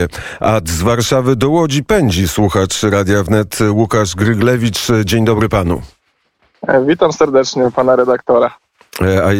A z Warszawy do Łodzi pędzi słuchacz Radia Wnet Łukasz Gryglewicz. Dzień dobry panu. Witam serdecznie pana redaktora. A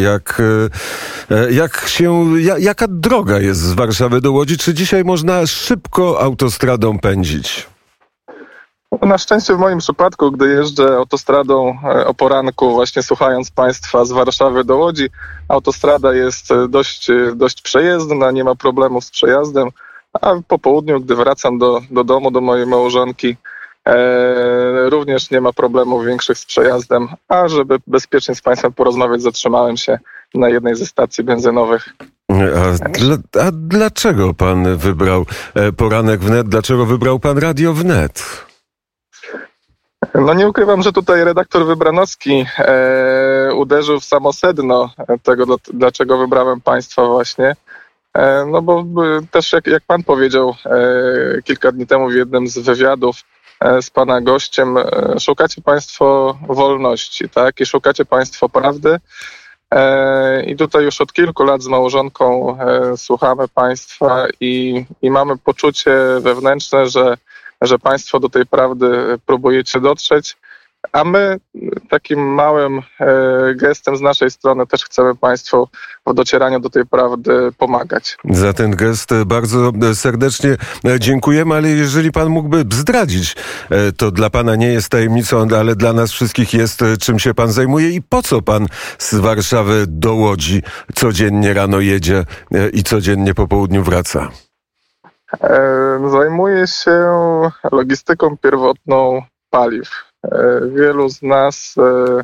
jaka droga jest z Warszawy do Łodzi? Czy dzisiaj można szybko autostradą pędzić? Na szczęście w moim przypadku, gdy jeżdżę autostradą o poranku, właśnie słuchając państwa z Warszawy do Łodzi, autostrada jest dość przejezdna, nie ma problemów z przejazdem, a po południu, gdy wracam do domu, do mojej małżonki, również nie ma problemów większych z przejazdem, a żeby bezpiecznie z państwem porozmawiać, zatrzymałem się na jednej ze stacji benzynowych. A dlaczego pan wybrał poranek wnet? Dlaczego wybrał pan Radio Wnet? No nie ukrywam, że tutaj redaktor Wybranowski uderzył w samo sedno tego, dlaczego wybrałem państwa właśnie. No bo też jak pan powiedział kilka dni temu w jednym z wywiadów z pana gościem, szukacie państwo wolności, tak? I szukacie państwo prawdy. I tutaj już od kilku lat z małżonką słuchamy państwa i mamy poczucie wewnętrzne, że państwo do tej prawdy próbujecie dotrzeć, a my takim małym gestem z naszej strony też chcemy państwu w docieraniu do tej prawdy pomagać. Za ten gest bardzo serdecznie dziękujemy, ale jeżeli pan mógłby zdradzić, to dla pana nie jest tajemnicą, ale dla nas wszystkich jest, czym się pan zajmuje i po co pan z Warszawy do Łodzi codziennie rano jedzie i codziennie po południu wraca? Zajmuję się logistyką pierwotną paliw. Wielu z nas,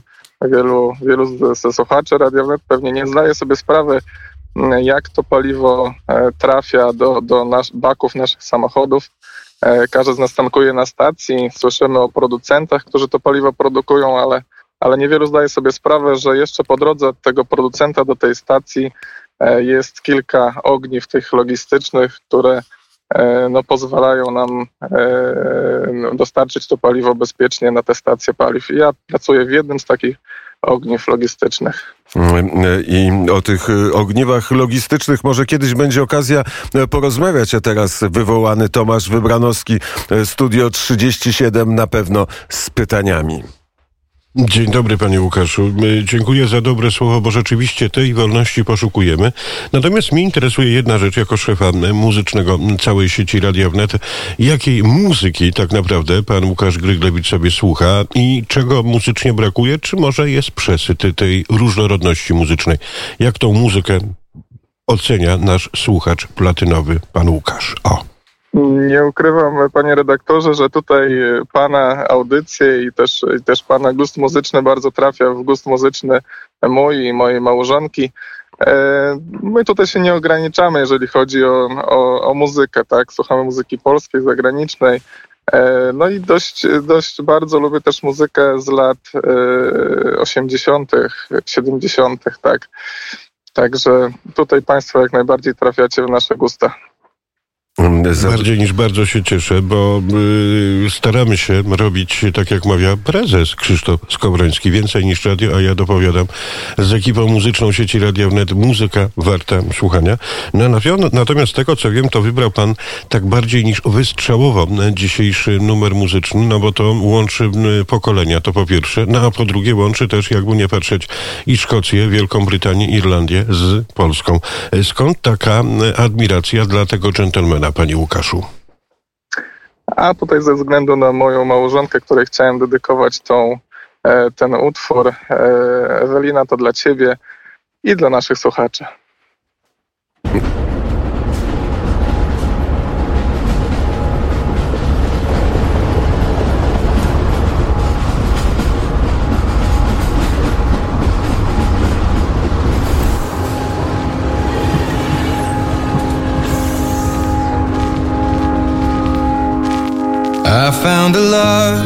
wielu ze słuchaczy Radia Wnet pewnie nie zdaje sobie sprawy, jak to paliwo trafia do baków naszych samochodów. Każdy z nas tankuje na stacji, słyszymy o producentach, którzy to paliwo produkują, ale niewielu zdaje sobie sprawę, że jeszcze po drodze od tego producenta do tej stacji jest kilka ogniw tych logistycznych, które pozwalają nam dostarczyć to paliwo bezpiecznie na te stacje paliw. Ja pracuję w jednym z takich ogniw logistycznych. I o tych ogniwach logistycznych może kiedyś będzie okazja porozmawiać, a teraz wywołany Tomasz Wybranowski, Studio 37 na pewno z pytaniami. Dzień dobry panie Łukaszu. Dziękuję za dobre słowo, bo rzeczywiście tej wolności poszukujemy. Natomiast mnie interesuje jedna rzecz jako szefa muzycznego całej sieci Radia Wnet. Jakiej muzyki tak naprawdę pan Łukasz Gryglewicz sobie słucha i czego muzycznie brakuje? Czy może jest przesyt tej różnorodności muzycznej? Jak tą muzykę ocenia nasz słuchacz platynowy, pan Łukasz? Nie ukrywam, panie redaktorze, że tutaj pana audycje i też pana gust muzyczny bardzo trafia w gust muzyczny mój i mojej małżonki. My tutaj się nie ograniczamy, jeżeli chodzi o muzykę, tak? Słuchamy muzyki polskiej, zagranicznej. No i dość bardzo lubię też muzykę z lat 80., 70., tak? Także tutaj państwo jak najbardziej trafiacie w nasze gusta. Bardziej niż bardzo się cieszę, bo staramy się robić, tak jak mawia prezes Krzysztof Skowroński, więcej niż radio, a ja dopowiadam z ekipą muzyczną sieci Radia Wnet, muzyka warta słuchania. Natomiast tego, co wiem, to wybrał pan tak bardziej niż wystrzałowo dzisiejszy numer muzyczny, no bo to łączy pokolenia, to po pierwsze, no a po drugie łączy też, jakby nie patrzeć, i Szkocję, Wielką Brytanię, Irlandię z Polską. Skąd taka admiracja dla tego dżentelmena, panie Łukaszu? A tutaj ze względu na moją małżonkę, której chciałem dedykować ten utwór, Ewelina, to dla ciebie i dla naszych słuchaczy. I found a love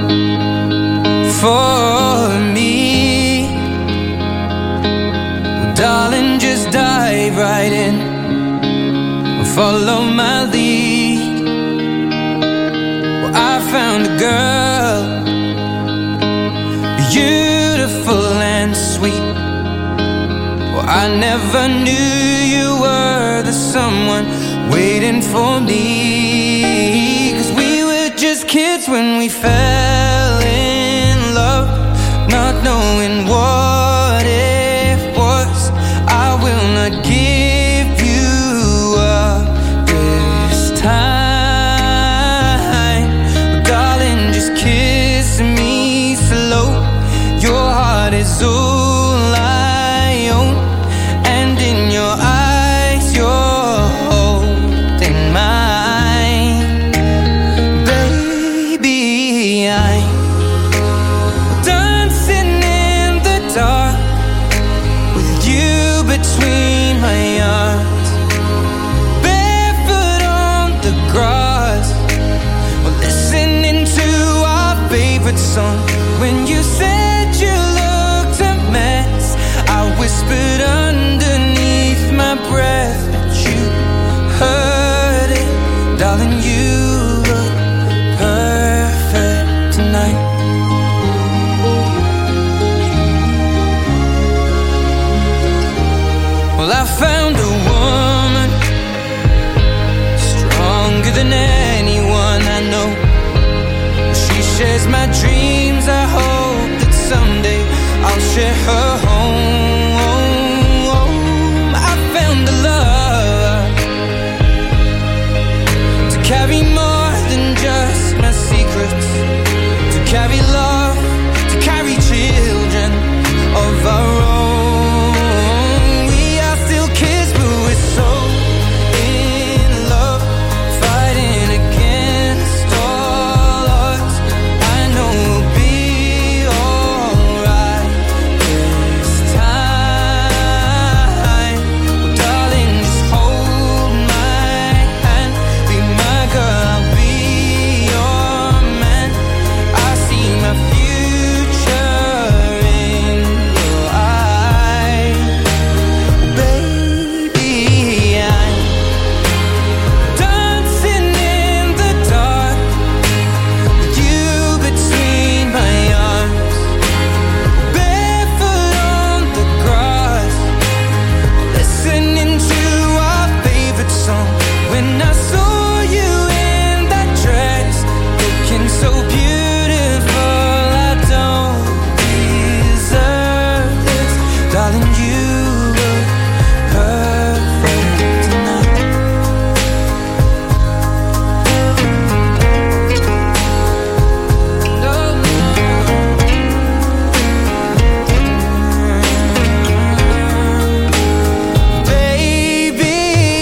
for me. Well, darling, just dive right in. Follow my lead. Well, I found a girl, beautiful and sweet. Well, I never knew you were the someone waiting for me. 'Cause we were just kids when we fell in love, not knowing what it was. I will not give you up this time, darling, just kiss me slow. Your heart is all I own, and in your eyes you're holding mine. Baby, I'm dancing in the dark with you between my arms, barefoot on the grass, we're listening to our favorite song. When you said you looked a mess, I whispered underneath my breath, but you heard it. Darling, you look perfect tonight. Well, I found a woman stronger than anyone I know. She shares my dreams. I hope that someday I'll share her home. I found a love to carry more than just my secrets, to carry love, to carry children of our own. We are still kids, but we're so in love, fighting against all odds. I know we'll be alright this time. Well, darling, just hold my hand, be my girl, I'll be your man. I see my future in your eyes. Baby, I'm dancing in the dark with you between my arms, barefoot on the grass, listening to our favorite song. When I saw you in that dress, looking so beautiful, I don't deserve this. Darling, you look perfect tonight. Baby,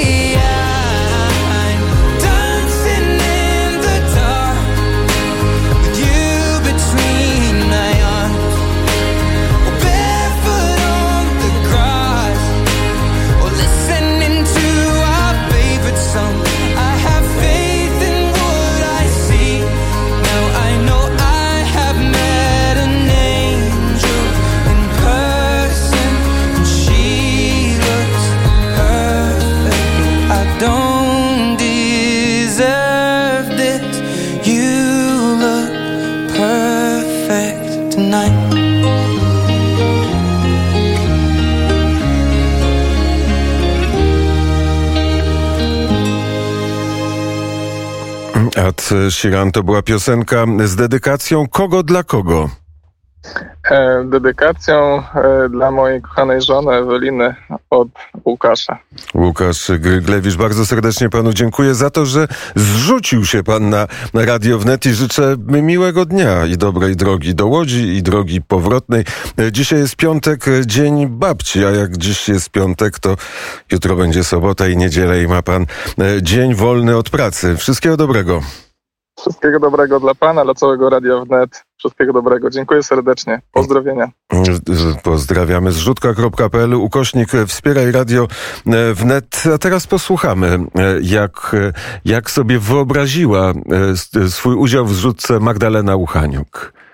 I'm dancing in the dark with you between my arms, barefoot on the grass, or listening to our favorite song. I have faith in what I see. Now I know I have met an angel in person, and she looks perfect. I don't deserve this. You look perfect tonight. Ed Sheeran to była piosenka z dedykacją kogo dla kogo? Dedykacją dla mojej kochanej żony Eweliny od Łukasza. Łukasz Gryglewicz, bardzo serdecznie panu dziękuję za to, że zrzucił się pan na Radio Wnet i życzę miłego dnia i dobrej drogi do Łodzi i drogi powrotnej. Dzisiaj jest piątek, dzień babci, a jak dziś jest piątek, to jutro będzie sobota i niedziela i ma pan dzień wolny od pracy. Wszystkiego dobrego. Wszystkiego dobrego dla pana, dla całego Radia Wnet. Wszystkiego dobrego. Dziękuję serdecznie. Pozdrowienia. Pozdrawiamy. Zrzutka.pl /wspieraj Radio Wnet. A teraz posłuchamy, jak sobie wyobraziła swój udział w zrzutce Magdalena Uchaniuk.